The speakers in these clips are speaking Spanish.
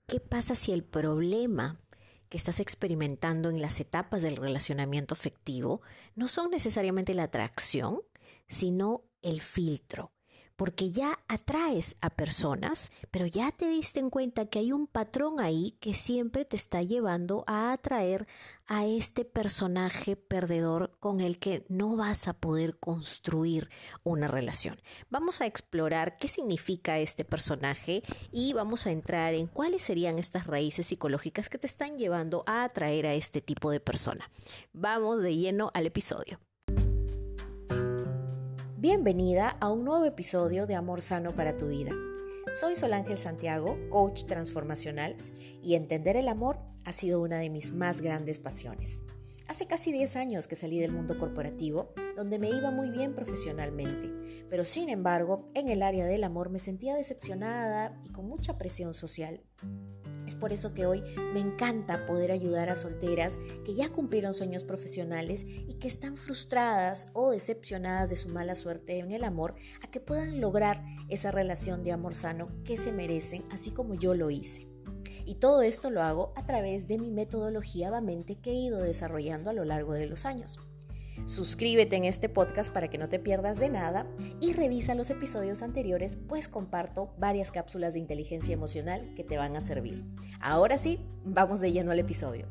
¿Qué pasa si el problema que estás experimentando en las etapas del relacionamiento afectivo no son necesariamente la atracción, sino el filtro? Porque ya atraes a personas, pero ya te diste en cuenta que hay un patrón ahí que siempre te está llevando a atraer a este personaje perdedor con el que no vas a poder construir una relación. Vamos a explorar qué significa este personaje y vamos a entrar en cuáles serían estas raíces psicológicas que te están llevando a atraer a este tipo de persona. Vamos de lleno al episodio. Bienvenida a un nuevo episodio de Amor Sano para tu Vida. Soy Sol Ángel Santiago, coach transformacional, y entender el amor ha sido una de mis más grandes pasiones. Hace casi 10 años que salí del mundo corporativo, donde me iba muy bien profesionalmente, pero sin embargo, en el área del amor me sentía decepcionada y con mucha presión social. Es por eso que hoy me encanta poder ayudar a solteras que ya cumplieron sueños profesionales y que están frustradas o decepcionadas de su mala suerte en el amor, a que puedan lograr esa relación de amor sano que se merecen, así como yo lo hice. Y todo esto lo hago a través de mi metodología Vamente que he ido desarrollando a lo largo de los años. Suscríbete en este podcast para que no te pierdas de nada y revisa los episodios anteriores, pues comparto varias cápsulas de inteligencia emocional que te van a servir. Ahora sí, vamos de lleno al episodio.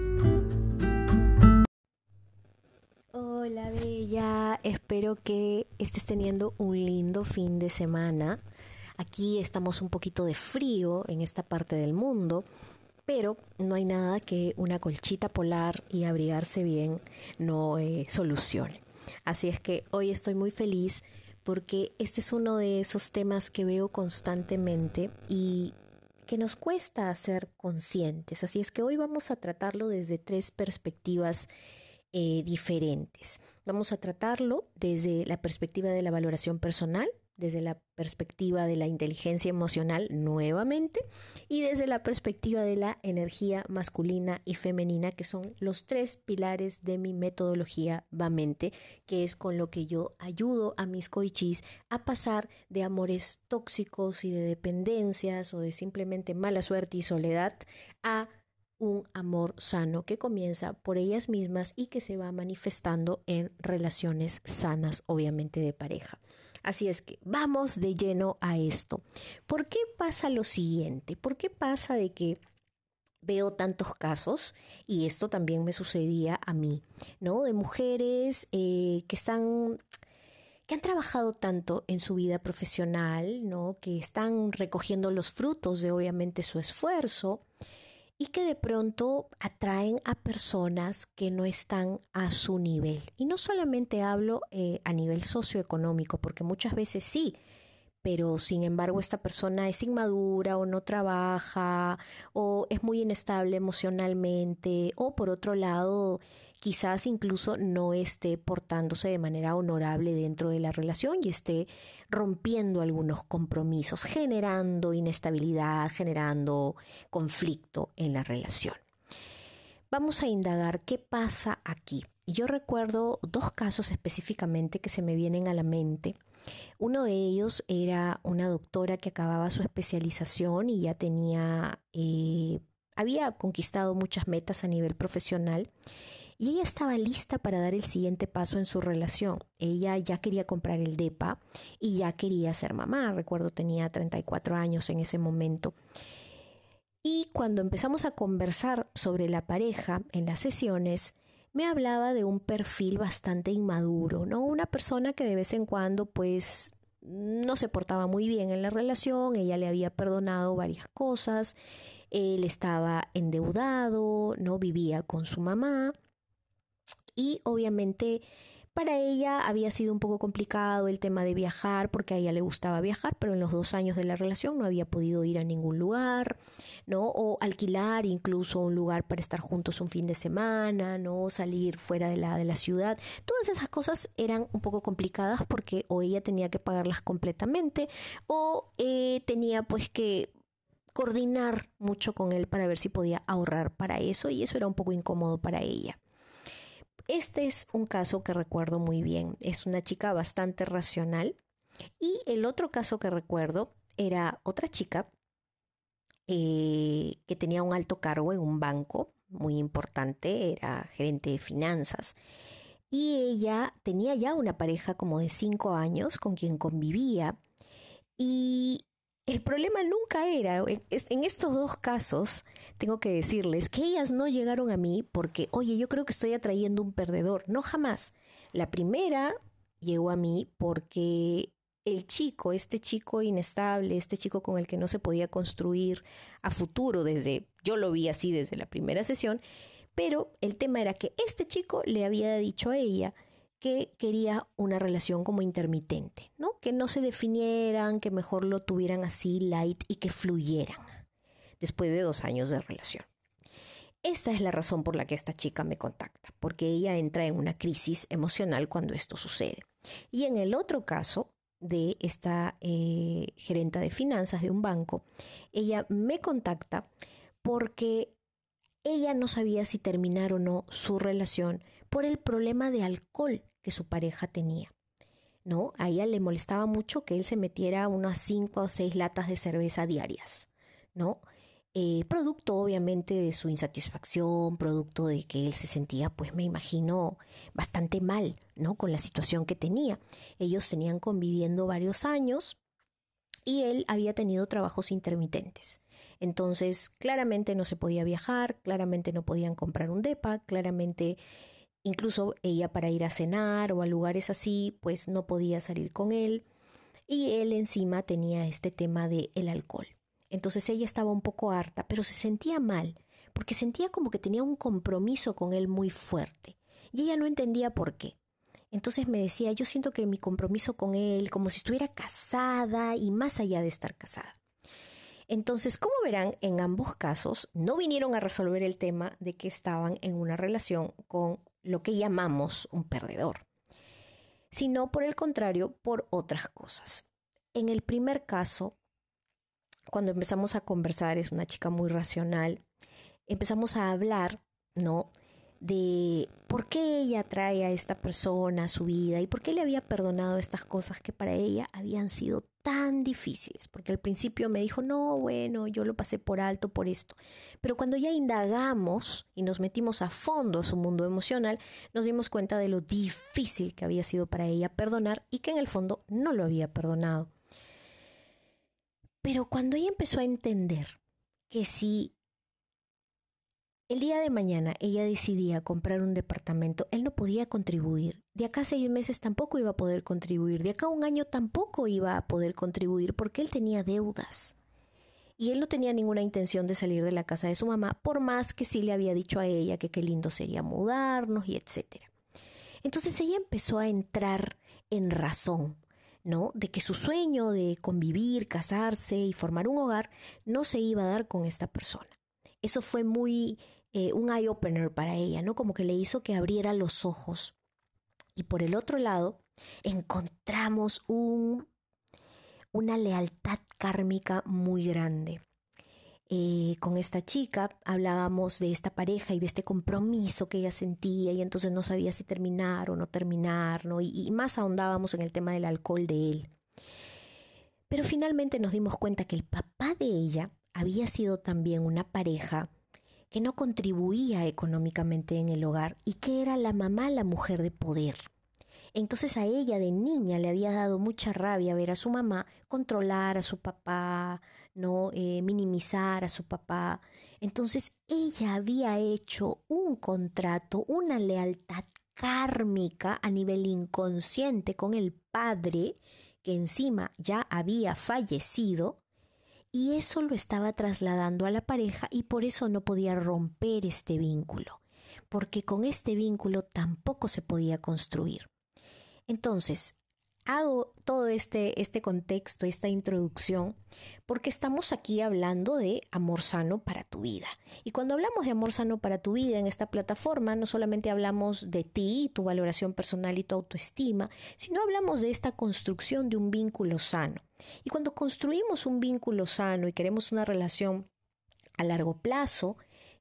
Hola bella, espero que estés teniendo un lindo fin de semana. Aquí estamos un poquito de frío en esta parte del mundo, pero no hay nada que una colchita polar y abrigarse bien no solucione. Así es que hoy estoy muy feliz porque este es uno de esos temas que veo constantemente y que nos cuesta ser conscientes. Así es que hoy vamos a tratarlo desde 3 perspectivas diferentes. Vamos a tratarlo desde la perspectiva de la valoración personal, desde la perspectiva de la inteligencia emocional nuevamente y desde la perspectiva de la energía masculina y femenina, que son los 3 pilares de mi metodología Vamente, que es con lo que yo ayudo a mis coaches a pasar de amores tóxicos y de dependencias o de simplemente mala suerte y soledad a un amor sano que comienza por ellas mismas y que se va manifestando en relaciones sanas, obviamente de pareja. Así es que vamos de lleno a esto. ¿Por qué pasa lo siguiente? ¿Por qué pasa de que veo tantos casos? Y esto también me sucedía a mí, ¿no? De mujeres que han trabajado tanto en su vida profesional, ¿no? Que están recogiendo los frutos de obviamente su esfuerzo y que de pronto atraen a personas que no están a su nivel. Y no solamente hablo a nivel socioeconómico, porque muchas veces sí, pero sin embargo esta persona es inmadura o no trabaja o es muy inestable emocionalmente o por otro lado quizás incluso no esté portándose de manera honorable dentro de la relación y esté rompiendo algunos compromisos, generando inestabilidad, generando conflicto en la relación. Vamos a indagar qué pasa aquí. Yo recuerdo 2 casos específicamente que se me vienen a la mente. Uno de ellos era una doctora que acababa su especialización y ya había conquistado muchas metas a nivel profesional y ella estaba lista para dar el siguiente paso en su relación. Ella ya quería comprar el depa y ya quería ser mamá. Recuerdo tenía 34 años en ese momento. Y cuando empezamos a conversar sobre la pareja en las sesiones, me hablaba de un perfil bastante inmaduro, ¿no? Una persona que de vez en cuando pues no se portaba muy bien en la relación, ella le había perdonado varias cosas, él estaba endeudado, no vivía con su mamá y obviamente para ella había sido un poco complicado el tema de viajar porque a ella le gustaba viajar, pero en los 2 años de la relación no había podido ir a ningún lugar, ¿no? O alquilar incluso un lugar para estar juntos un fin de semana, ¿no? Salir fuera de la ciudad. Todas esas cosas eran un poco complicadas porque o ella tenía que pagarlas completamente o tenía pues que coordinar mucho con él para ver si podía ahorrar para eso y eso era un poco incómodo para ella. Este es un caso que recuerdo muy bien. Es una chica bastante racional. Y el otro caso que recuerdo era otra chica que tenía un alto cargo en un banco muy importante, era gerente de finanzas. Y ella tenía ya una pareja como de 5 años con quien convivía. Y el problema nunca era, en estos dos casos, tengo que decirles que ellas no llegaron a mí porque, oye, yo creo que estoy atrayendo un perdedor. No, jamás. La primera llegó a mí porque el chico, este chico inestable, este chico con el que no se podía construir a futuro yo lo vi así desde la primera sesión, pero el tema era que este chico le había dicho a ella que quería una relación como intermitente, ¿no? Que no se definieran, que mejor lo tuvieran así light y que fluyeran después de 2 años de relación. Esta es la razón por la que esta chica me contacta, porque ella entra en una crisis emocional cuando esto sucede. Y en el otro caso de esta gerenta de finanzas de un banco, ella me contacta porque ella no sabía si terminar o no su relación por el problema de alcohol que su pareja tenía, ¿no? A ella le molestaba mucho que él se metiera unas 5 o 6 latas de cerveza diarias, ¿no? Producto obviamente de su insatisfacción, producto de que él se sentía, pues me imagino, bastante mal, ¿no? Con la situación que tenía. Ellos tenían conviviendo varios años y él había tenido trabajos intermitentes. Entonces, claramente no se podía viajar, claramente no podían comprar un depa, claramente incluso ella para ir a cenar o a lugares así, pues no podía salir con él. Y él encima tenía este tema del alcohol. Entonces ella estaba un poco harta, pero se sentía mal, porque sentía como que tenía un compromiso con él muy fuerte. Y ella no entendía por qué. Entonces me decía, yo siento que mi compromiso con él, como si estuviera casada y más allá de estar casada. Entonces, como verán, en ambos casos no vinieron a resolver el tema de que estaban en una relación con lo que llamamos un perdedor, sino por el contrario, por otras cosas. En el primer caso, cuando empezamos a conversar, es una chica muy racional, empezamos a hablar, ¿no?, de por qué ella atrae a esta persona a su vida y por qué le había perdonado estas cosas que para ella habían sido tan difíciles, porque al principio me dijo, no, bueno, yo lo pasé por alto por esto, pero cuando ya indagamos y nos metimos a fondo a su mundo emocional, nos dimos cuenta de lo difícil que había sido para ella perdonar y que en el fondo no lo había perdonado. Pero cuando ella empezó a entender que si el día de mañana ella decidía comprar un departamento, él no podía contribuir. De acá a 6 meses tampoco iba a poder contribuir. De acá a 1 año tampoco iba a poder contribuir porque él tenía deudas. Y él no tenía ninguna intención de salir de la casa de su mamá, por más que sí le había dicho a ella que qué lindo sería mudarnos y etcétera. Entonces ella empezó a entrar en razón, ¿no?, de que su sueño de convivir, casarse y formar un hogar no se iba a dar con esta persona. Eso fue muy un eye-opener para ella, ¿no? Como que le hizo que abriera los ojos. Y por el otro lado, encontramos una lealtad kármica muy grande. Con esta chica hablábamos de esta pareja y de este compromiso que ella sentía y entonces no sabía si terminar o no terminar, ¿no? Y más ahondábamos en el tema del alcohol de él. Pero finalmente nos dimos cuenta que el papá de ella había sido también una pareja que no contribuía económicamente en el hogar y que era la mamá, la mujer de poder. Entonces a ella de niña le había dado mucha rabia ver a su mamá controlar a su papá, ¿no? Minimizar a su papá. Entonces ella había hecho un contrato, una lealtad kármica a nivel inconsciente con el padre, que encima ya había fallecido, y eso lo estaba trasladando a la pareja y por eso no podía romper este vínculo, porque con este vínculo tampoco se podía construir. Entonces, hago todo este contexto, esta introducción, porque estamos aquí hablando de amor sano para tu vida. Y cuando hablamos de amor sano para tu vida en esta plataforma, no solamente hablamos de ti, tu valoración personal y tu autoestima, sino hablamos de esta construcción de un vínculo sano. Y cuando construimos un vínculo sano y queremos una relación a largo plazo,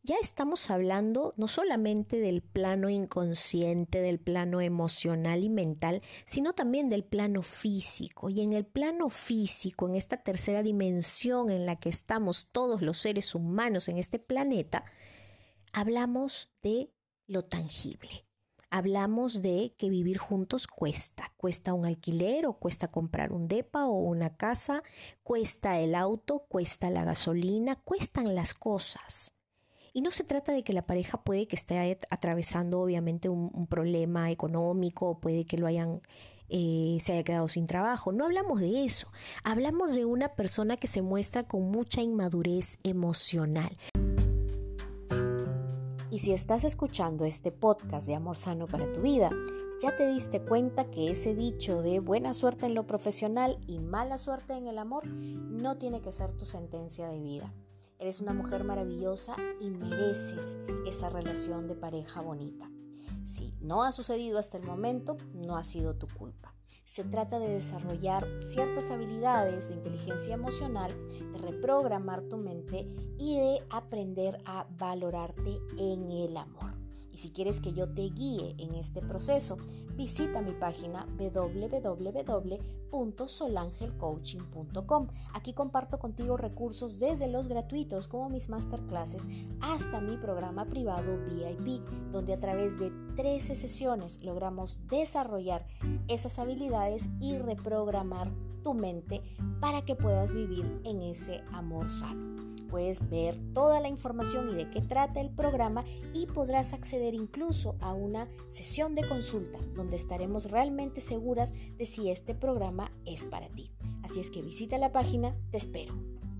ya estamos hablando no solamente del plano inconsciente, del plano emocional y mental, sino también del plano físico. Y en el plano físico, en esta tercera dimensión en la que estamos todos los seres humanos en este planeta, hablamos de lo tangible. Hablamos de que vivir juntos cuesta un alquiler o cuesta comprar un depa o una casa, cuesta el auto, cuesta la gasolina, cuestan las cosas. Y no se trata de que la pareja puede que esté atravesando obviamente un problema económico, puede que se haya quedado sin trabajo. No hablamos de eso, hablamos de una persona que se muestra con mucha inmadurez emocional. Y si estás escuchando este podcast de Amor Sano para tu Vida, ya te diste cuenta que ese dicho de buena suerte en lo profesional y mala suerte en el amor no tiene que ser tu sentencia de vida. Eres una mujer maravillosa y mereces esa relación de pareja bonita. Si no ha sucedido hasta el momento, no ha sido tu culpa. Se trata de desarrollar ciertas habilidades de inteligencia emocional, de reprogramar tu mente y de aprender a valorarte en el amor. Y si quieres que yo te guíe en este proceso, visita mi página www.solangelcoaching.com. Aquí comparto contigo recursos desde los gratuitos como mis masterclasses hasta mi programa privado VIP, donde a través de 13 sesiones logramos desarrollar esas habilidades y reprogramar tu mente para que puedas vivir en ese amor sano. Puedes ver toda la información y de qué trata el programa y podrás acceder incluso a una sesión de consulta donde estaremos realmente seguras de si este programa es para ti. Así es que visita la página, te espero.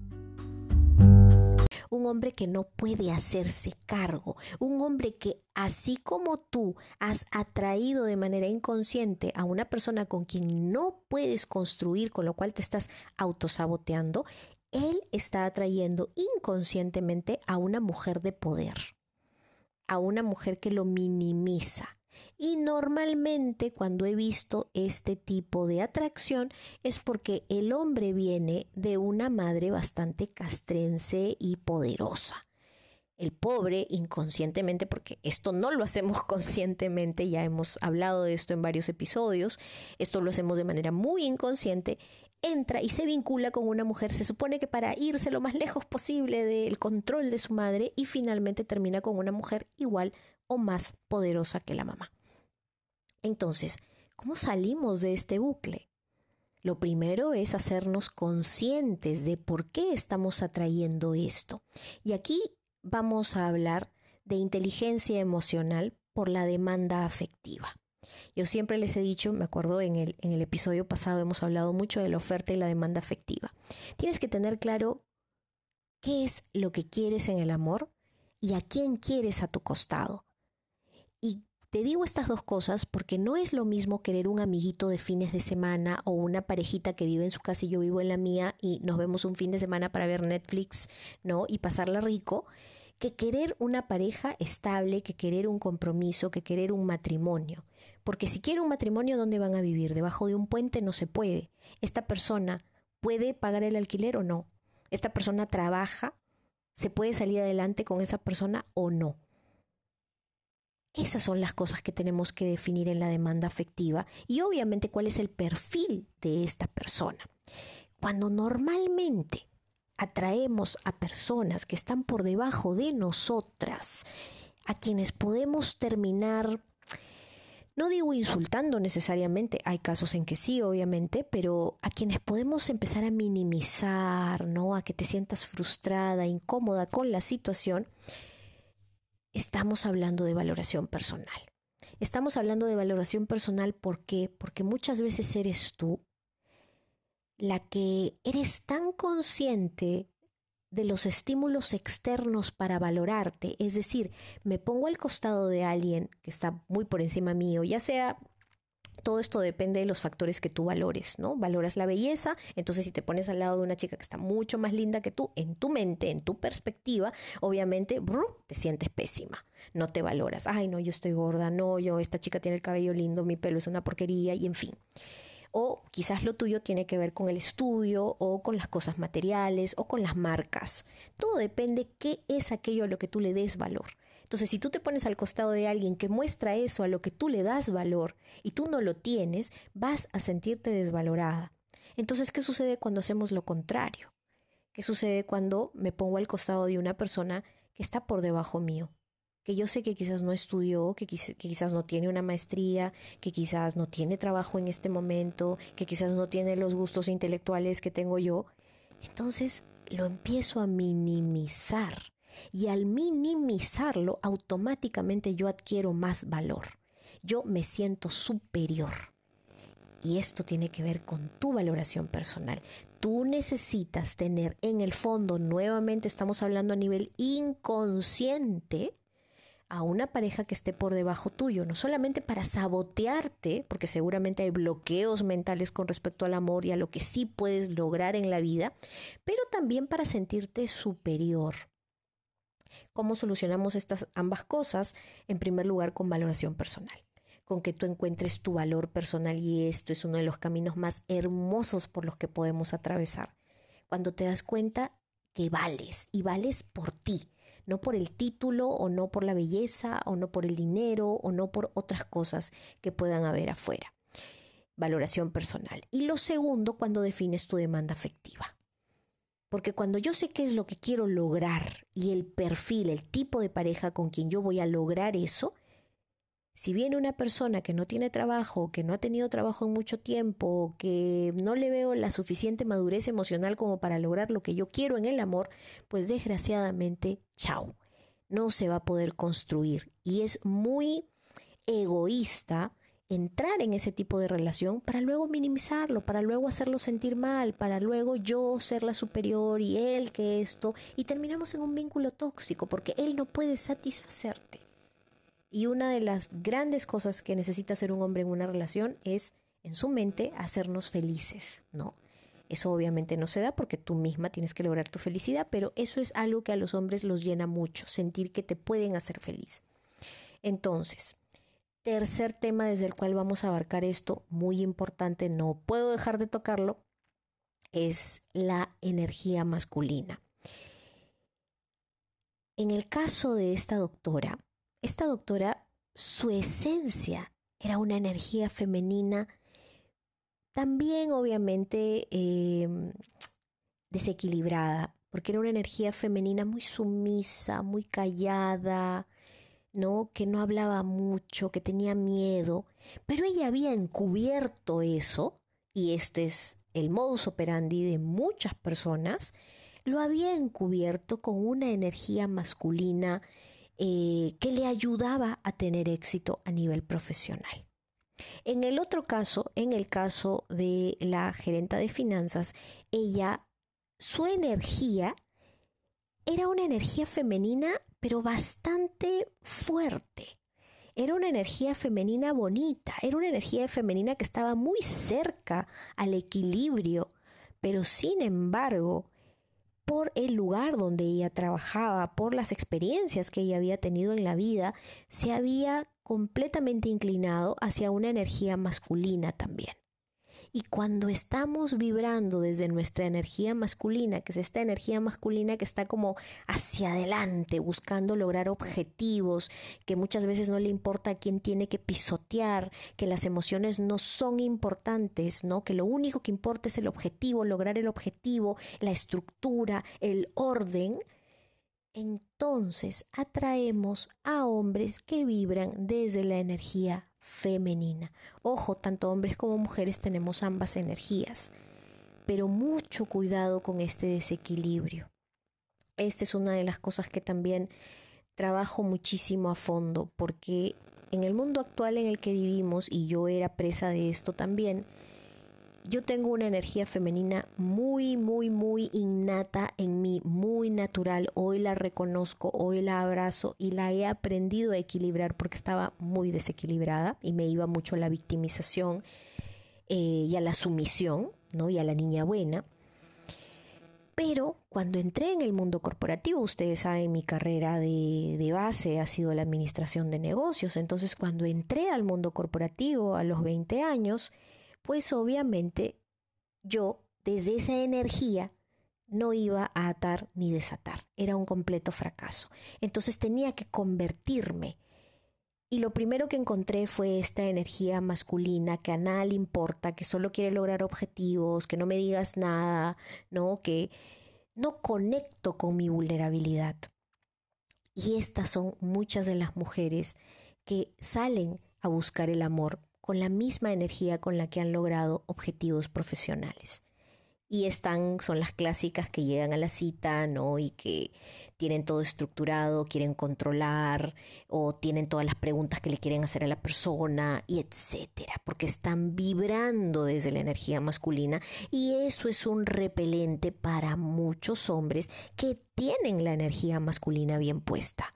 Un hombre que no puede hacerse cargo, un hombre que así como tú has atraído de manera inconsciente a una persona con quien no puedes construir, con lo cual te estás autosaboteando, él está atrayendo inconscientemente a una mujer de poder, a una mujer que lo minimiza. Y normalmente cuando he visto este tipo de atracción es porque el hombre viene de una madre bastante castrense y poderosa. El pobre inconscientemente, porque esto no lo hacemos conscientemente, ya hemos hablado de esto en varios episodios, esto lo hacemos de manera muy inconsciente, entra y se vincula con una mujer, se supone que para irse lo más lejos posible del control de su madre y finalmente termina con una mujer igual o más poderosa que la mamá. Entonces, ¿cómo salimos de este bucle? Lo primero es hacernos conscientes de por qué estamos atrayendo esto. Y aquí vamos a hablar de inteligencia emocional por la demanda afectiva. Yo siempre les he dicho, me acuerdo en el episodio pasado hemos hablado mucho de la oferta y la demanda afectiva. Tienes que tener claro qué es lo que quieres en el amor y a quién quieres a tu costado. Y te digo estas dos cosas porque no es lo mismo querer un amiguito de fines de semana o una parejita que vive en su casa y yo vivo en la mía y nos vemos un fin de semana para ver Netflix, ¿no? Y pasarla rico, que querer una pareja estable, que querer un compromiso, que querer un matrimonio. Porque si quiere un matrimonio, ¿dónde van a vivir? Debajo de un puente no se puede. ¿Esta persona puede pagar el alquiler o no? ¿Esta persona trabaja? ¿Se puede salir adelante con esa persona o no? Esas son las cosas que tenemos que definir en la demanda afectiva y obviamente cuál es el perfil de esta persona. Cuando normalmente atraemos a personas que están por debajo de nosotras, a quienes podemos terminar, no digo insultando necesariamente, hay casos en que sí, obviamente, pero a quienes podemos empezar a minimizar, ¿no? A que te sientas frustrada, incómoda con la situación, estamos hablando de valoración personal. Estamos hablando de valoración personal, ¿por qué? Porque muchas veces eres tú la que eres tan consciente de los estímulos externos para valorarte, es decir, me pongo al costado de alguien que está muy por encima mío, ya sea, todo esto depende de los factores que tú valores, ¿no? Valoras la belleza, entonces si te pones al lado de una chica que está mucho más linda que tú, en tu mente, en tu perspectiva, obviamente te sientes pésima, no te valoras, ay no, yo estoy gorda, no, esta chica tiene el cabello lindo, mi pelo es una porquería y en fin. O quizás lo tuyo tiene que ver con el estudio o con las cosas materiales o con las marcas. Todo depende qué es aquello a lo que tú le des valor. Entonces, si tú te pones al costado de alguien que muestra eso a lo que tú le das valor y tú no lo tienes, vas a sentirte desvalorada. Entonces, ¿qué sucede cuando hacemos lo contrario? ¿Qué sucede cuando me pongo al costado de una persona que está por debajo mío? Que yo sé que quizás no estudió, que quizás no tiene una maestría, que quizás no tiene trabajo en este momento, que quizás no tiene los gustos intelectuales que tengo yo. Entonces lo empiezo a minimizar y al minimizarlo automáticamente yo adquiero más valor. Yo me siento superior. Y esto tiene que ver con tu valoración personal. Tú necesitas tener en el fondo, nuevamente estamos hablando a nivel inconsciente, a una pareja que esté por debajo tuyo, no solamente para sabotearte, porque seguramente hay bloqueos mentales con respecto al amor y a lo que sí puedes lograr en la vida, pero también para sentirte superior. ¿Cómo solucionamos estas ambas cosas? En primer lugar, con valoración personal, con que tú encuentres tu valor personal, y esto es uno de los caminos más hermosos por los que podemos atravesar. Cuando te das cuenta que vales y vales por ti, no por el título o no por la belleza o no por el dinero o no por otras cosas que puedan haber afuera. Valoración personal. Y lo segundo, cuando defines tu demanda afectiva. Porque cuando yo sé qué es lo que quiero lograr y el perfil, el tipo de pareja con quien yo voy a lograr eso, si viene una persona que no tiene trabajo, que no ha tenido trabajo en mucho tiempo, que no le veo la suficiente madurez emocional como para lograr lo que yo quiero en el amor, pues desgraciadamente, chao, no se va a poder construir. Y es muy egoísta entrar en ese tipo de relación para luego minimizarlo, para luego hacerlo sentir mal, para luego yo ser la superior y él que esto, y terminamos en un vínculo tóxico porque él no puede satisfacerte. Y una de las grandes cosas que necesita hacer un hombre en una relación es, en su mente, hacernos felices, ¿no? Eso obviamente no se da porque tú misma tienes que lograr tu felicidad, pero eso es algo que a los hombres los llena mucho, sentir que te pueden hacer feliz. Entonces, tercer tema desde el cual vamos a abarcar esto, muy importante, no puedo dejar de tocarlo, es la energía masculina. En el caso de esta doctora, su esencia era una energía femenina, también obviamente desequilibrada, porque era una energía femenina muy sumisa, muy callada, ¿no? Que no hablaba mucho, que tenía miedo, pero ella había encubierto eso, y este es el modus operandi de muchas personas, lo había encubierto con una energía masculina que le ayudaba a tener éxito a nivel profesional. En el otro caso, en el caso de la gerenta de finanzas, su energía era una energía femenina, pero bastante fuerte. Era una energía femenina bonita, era una energía femenina que estaba muy cerca al equilibrio, pero sin embargo, por el lugar donde ella trabajaba, por las experiencias que ella había tenido en la vida, se había completamente inclinado hacia una energía masculina también. Y cuando estamos vibrando desde nuestra energía masculina, que es esta energía masculina que está como hacia adelante, buscando lograr objetivos, que muchas veces no le importa a quién tiene que pisotear, que las emociones no son importantes, ¿no? Que lo único que importa es el objetivo, lograr el objetivo, la estructura, el orden, entonces atraemos a hombres que vibran desde la energía femenina. Ojo, tanto hombres como mujeres tenemos ambas energías, pero mucho cuidado con este desequilibrio. Esta es una de las cosas que también trabajo muchísimo a fondo, porque en el mundo actual en el que vivimos, y yo era presa de esto también, yo tengo una energía femenina muy, muy, muy innata en mí, muy natural. Hoy la reconozco, hoy la abrazo y la he aprendido a equilibrar porque estaba muy desequilibrada y me iba mucho a la victimización y a la sumisión, ¿no? Y a la niña buena. Pero cuando entré en el mundo corporativo, ustedes saben, mi carrera de base ha sido la administración de negocios. Entonces, cuando entré al mundo corporativo a los 20 años, pues obviamente yo desde esa energía no iba a atar ni desatar. Era un completo fracaso. Entonces tenía que convertirme. Y lo primero que encontré fue esta energía masculina que a nada le importa, que solo quiere lograr objetivos, que no me digas nada, ¿no? Que no conecto con mi vulnerabilidad. Y estas son muchas de las mujeres que salen a buscar el amor con la misma energía con la que han logrado objetivos profesionales. Y son las clásicas que llegan a la cita, ¿no? Y que tienen todo estructurado, quieren controlar o tienen todas las preguntas que le quieren hacer a la persona y etcétera, porque están vibrando desde la energía masculina y eso es un repelente para muchos hombres que tienen la energía masculina bien puesta.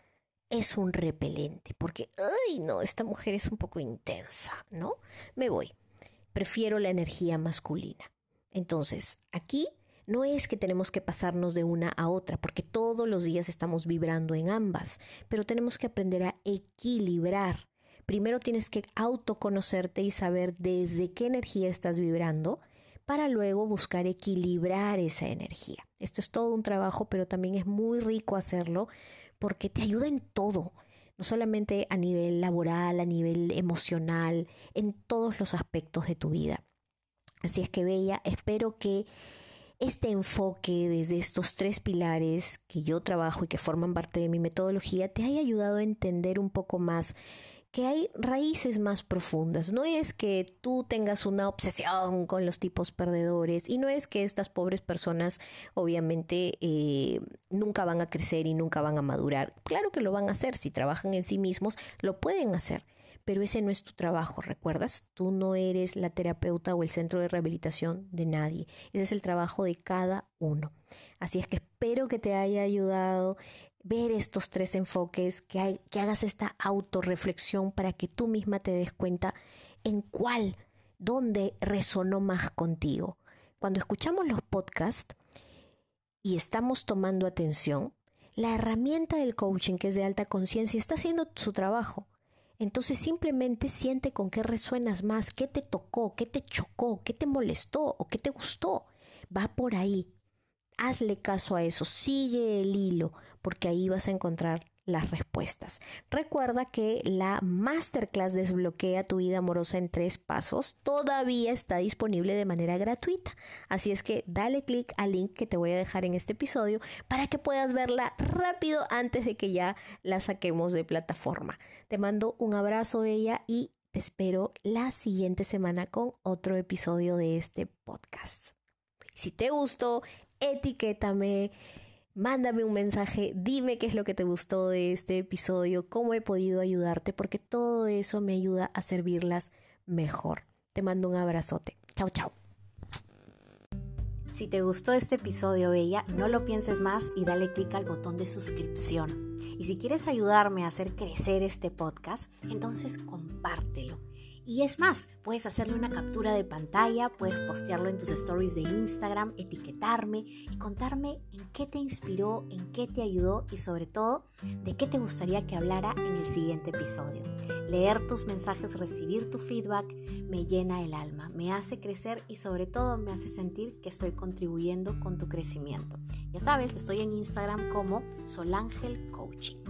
Es un repelente porque, ay no, esta mujer es un poco intensa, ¿no? Me voy. Prefiero la energía masculina. Entonces, aquí no es que tenemos que pasarnos de una a otra, porque todos los días estamos vibrando en ambas, pero tenemos que aprender a equilibrar. Primero tienes que autoconocerte y saber desde qué energía estás vibrando para luego buscar equilibrar esa energía. Esto es todo un trabajo, pero también es muy rico hacerlo porque te ayuda en todo. No solamente a nivel laboral, a nivel emocional, en todos los aspectos de tu vida. Así es que, Bella, espero que este enfoque desde estos 3 pilares que yo trabajo y que forman parte de mi metodología te haya ayudado a entender un poco más que hay raíces más profundas. No es que tú tengas una obsesión con los tipos perdedores y no es que estas pobres personas obviamente nunca van a crecer y nunca van a madurar. Claro que lo van a hacer, si trabajan en sí mismos lo pueden hacer. Pero ese no es tu trabajo, ¿recuerdas? Tú no eres la terapeuta o el centro de rehabilitación de nadie. Ese es el trabajo de cada uno. Así es que espero que te haya ayudado ver estos 3 enfoques, que hagas esta autorreflexión para que tú misma te des cuenta en dónde resonó más contigo. Cuando escuchamos los podcasts y estamos tomando atención, la herramienta del coaching, que es de alta conciencia, está haciendo su trabajo. Entonces simplemente siente con qué resuenas más, qué te tocó, qué te chocó, qué te molestó o qué te gustó. Va por ahí. Hazle caso a eso, sigue el hilo, porque ahí vas a encontrar las respuestas. Recuerda que la Masterclass Desbloquea tu vida amorosa en 3 pasos todavía está disponible de manera gratuita. Así es que dale clic al link que te voy a dejar en este episodio para que puedas verla rápido antes de que ya la saquemos de plataforma. Te mando un abrazo, Bella, y te espero la siguiente semana con otro episodio de este podcast. Si te gustó, etiquétame, mándame un mensaje, dime qué es lo que te gustó de este episodio, cómo he podido ayudarte, porque todo eso me ayuda a servirlas mejor. Te mando un abrazote. Chao, chao. Si te gustó este episodio, Bella, no lo pienses más y dale clic al botón de suscripción. Y si quieres ayudarme a hacer crecer este podcast, entonces compártelo. Y es más, puedes hacerle una captura de pantalla, puedes postearlo en tus stories de Instagram, etiquetarme y contarme en qué te inspiró, en qué te ayudó y sobre todo, de qué te gustaría que hablara en el siguiente episodio. Leer tus mensajes, recibir tu feedback, me llena el alma, me hace crecer y sobre todo me hace sentir que estoy contribuyendo con tu crecimiento. Ya sabes, estoy en Instagram como Solangel Coaching.